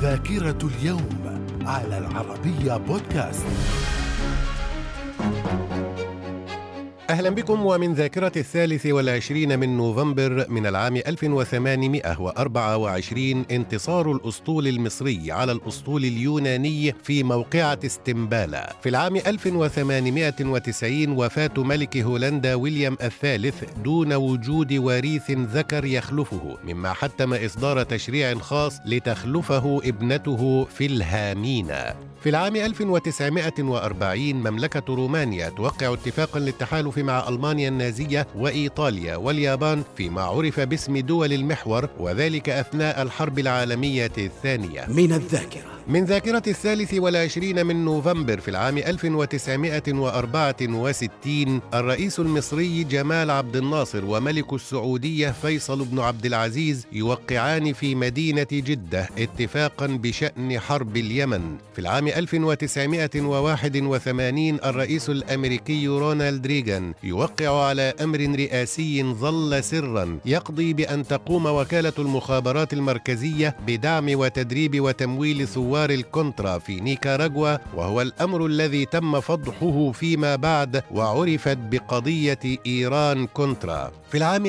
ذاكرة اليوم على العربية بودكاست. أهلا بكم. ومن ذاكرة 23 من نوفمبر من العام 1824 انتصار الأسطول المصري على الأسطول اليوناني في موقعة استمبالا. في العام 1890 وفاة ملك هولندا ويليام الثالث دون وجود وريث ذكر يخلفه، مما حتم إصدار تشريع خاص لتخلفه ابنته فيلهامينا. في العام 1940 مملكة رومانيا توقع اتفاقا للتحالف مع ألمانيا النازية وإيطاليا واليابان فيما عرف باسم دول المحور، وذلك أثناء الحرب العالمية الثانية. من ذاكرة 23 من نوفمبر في العام 1964 الرئيس المصري جمال عبد الناصر وملك السعودية فيصل بن عبد العزيز يوقعان في مدينة جدة اتفاقا بشأن حرب اليمن. في العام 1981 الرئيس الأمريكي رونالد ريغان يوقع على أمر رئاسي ظل سرا يقضي بأن تقوم وكالة المخابرات المركزية بدعم وتدريب وتمويل ثوار الكونترا في نيكاراغوا، وهو الأمر الذي تم فضحه فيما بعد وعرفت بقضية إيران كونترا. في العام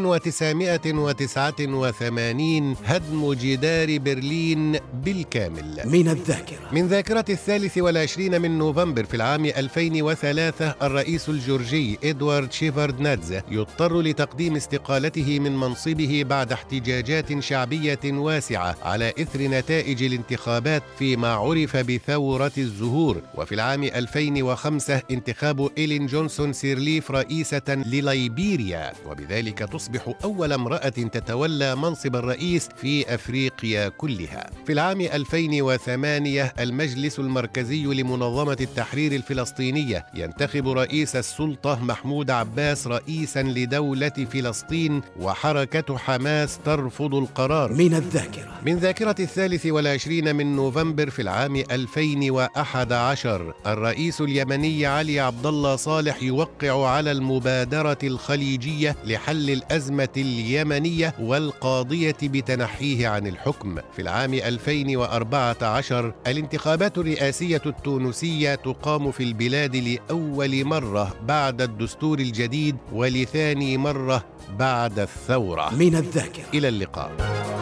1989 هدم جدار برلين بالكامل. من ذاكرة 23 من نوفمبر في العام 2003 الرئيس الجورجي إدوارد شيفاردنادزه يضطر لتقديم استقالته من منصبه بعد احتجاجات شعبية واسعة على إثر نتائج الانتخابات فيما عرف بثورة الزهور. وفي العام 2005 انتخاب إيلين جونسون سيرليف رئيسة لليبيريا، وبذلك تصبح أول امرأة تتولى منصب الرئيس في أفريقيا كلها. في العام 2008 المجلس المركزي لمنظمة التحرير الفلسطينية ينتخب رئيس السلطة محمود عباس رئيسا لدولة فلسطين، وحركة حماس ترفض القرار. من ذاكرة 23 من نوفمبر في العام 2011 الرئيس اليمني علي عبد الله صالح يوقع على المبادرة الخليجية لحل الأزمة اليمنية والقاضية بتنحيه عن الحكم. في العام 2014 الانتخابات الرئاسية التونسية تقام في البلاد لأول مرة بعد الدستور الجديد ولثاني مرة بعد الثورة. إلى اللقاء.